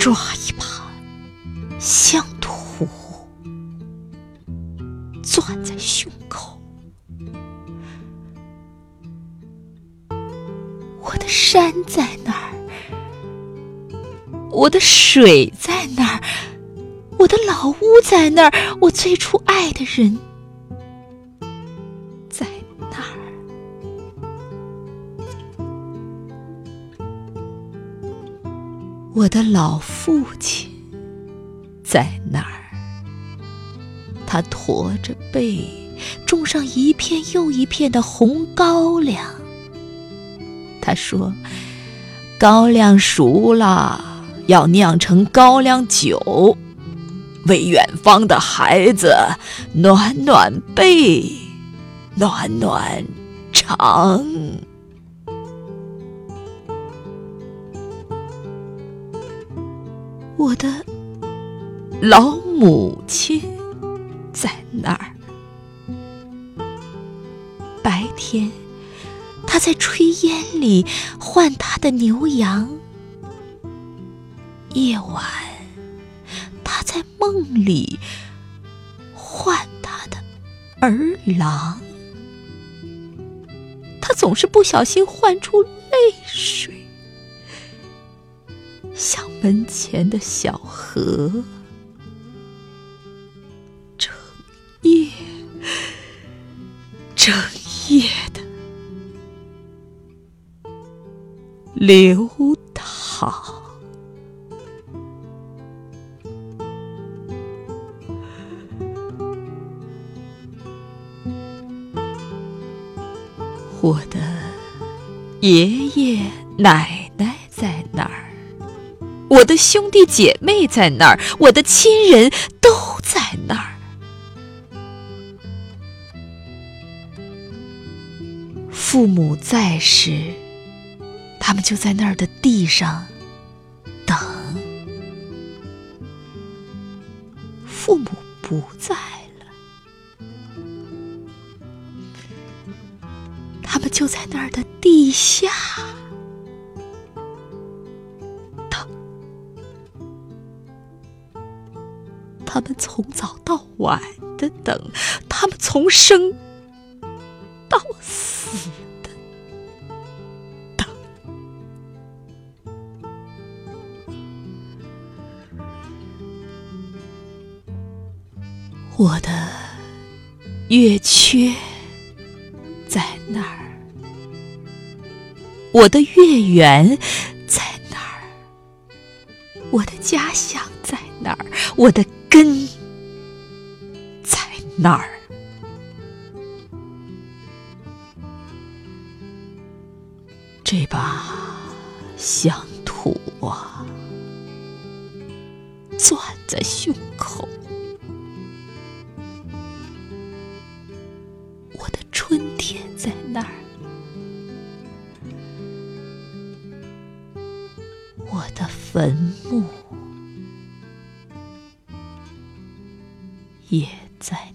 抓一把香土，攥在胸口。我的山在哪儿？我的水在哪儿？我的老屋在哪儿？我最初爱的人在哪儿？我的老父亲在哪儿？他驼着背，种上一片又一片的红高粱。他说，高粱熟了，要酿成高粱酒，为远方的孩子暖暖背，暖暖肠。我的老母亲在哪儿？白天她在炊烟里唤她的牛羊，夜晚她在梦里唤她的儿郎。她总是不小心唤出泪水，像门前的小河，整夜的流淌。我的爷爷奶奶在哪儿？我的兄弟姐妹在哪儿？我的亲人都在哪儿？父母在时，他们就在那儿的地上等；父母不在了，他们就在那儿的地下等。他们从早到晚的等，他们从生到死的等。我的月缺在哪儿？我的月圆在哪儿？我的家乡在哪儿？我的根在哪儿？这把乡土啊，攥在胸口。我的春天在哪儿？我的坟墓也在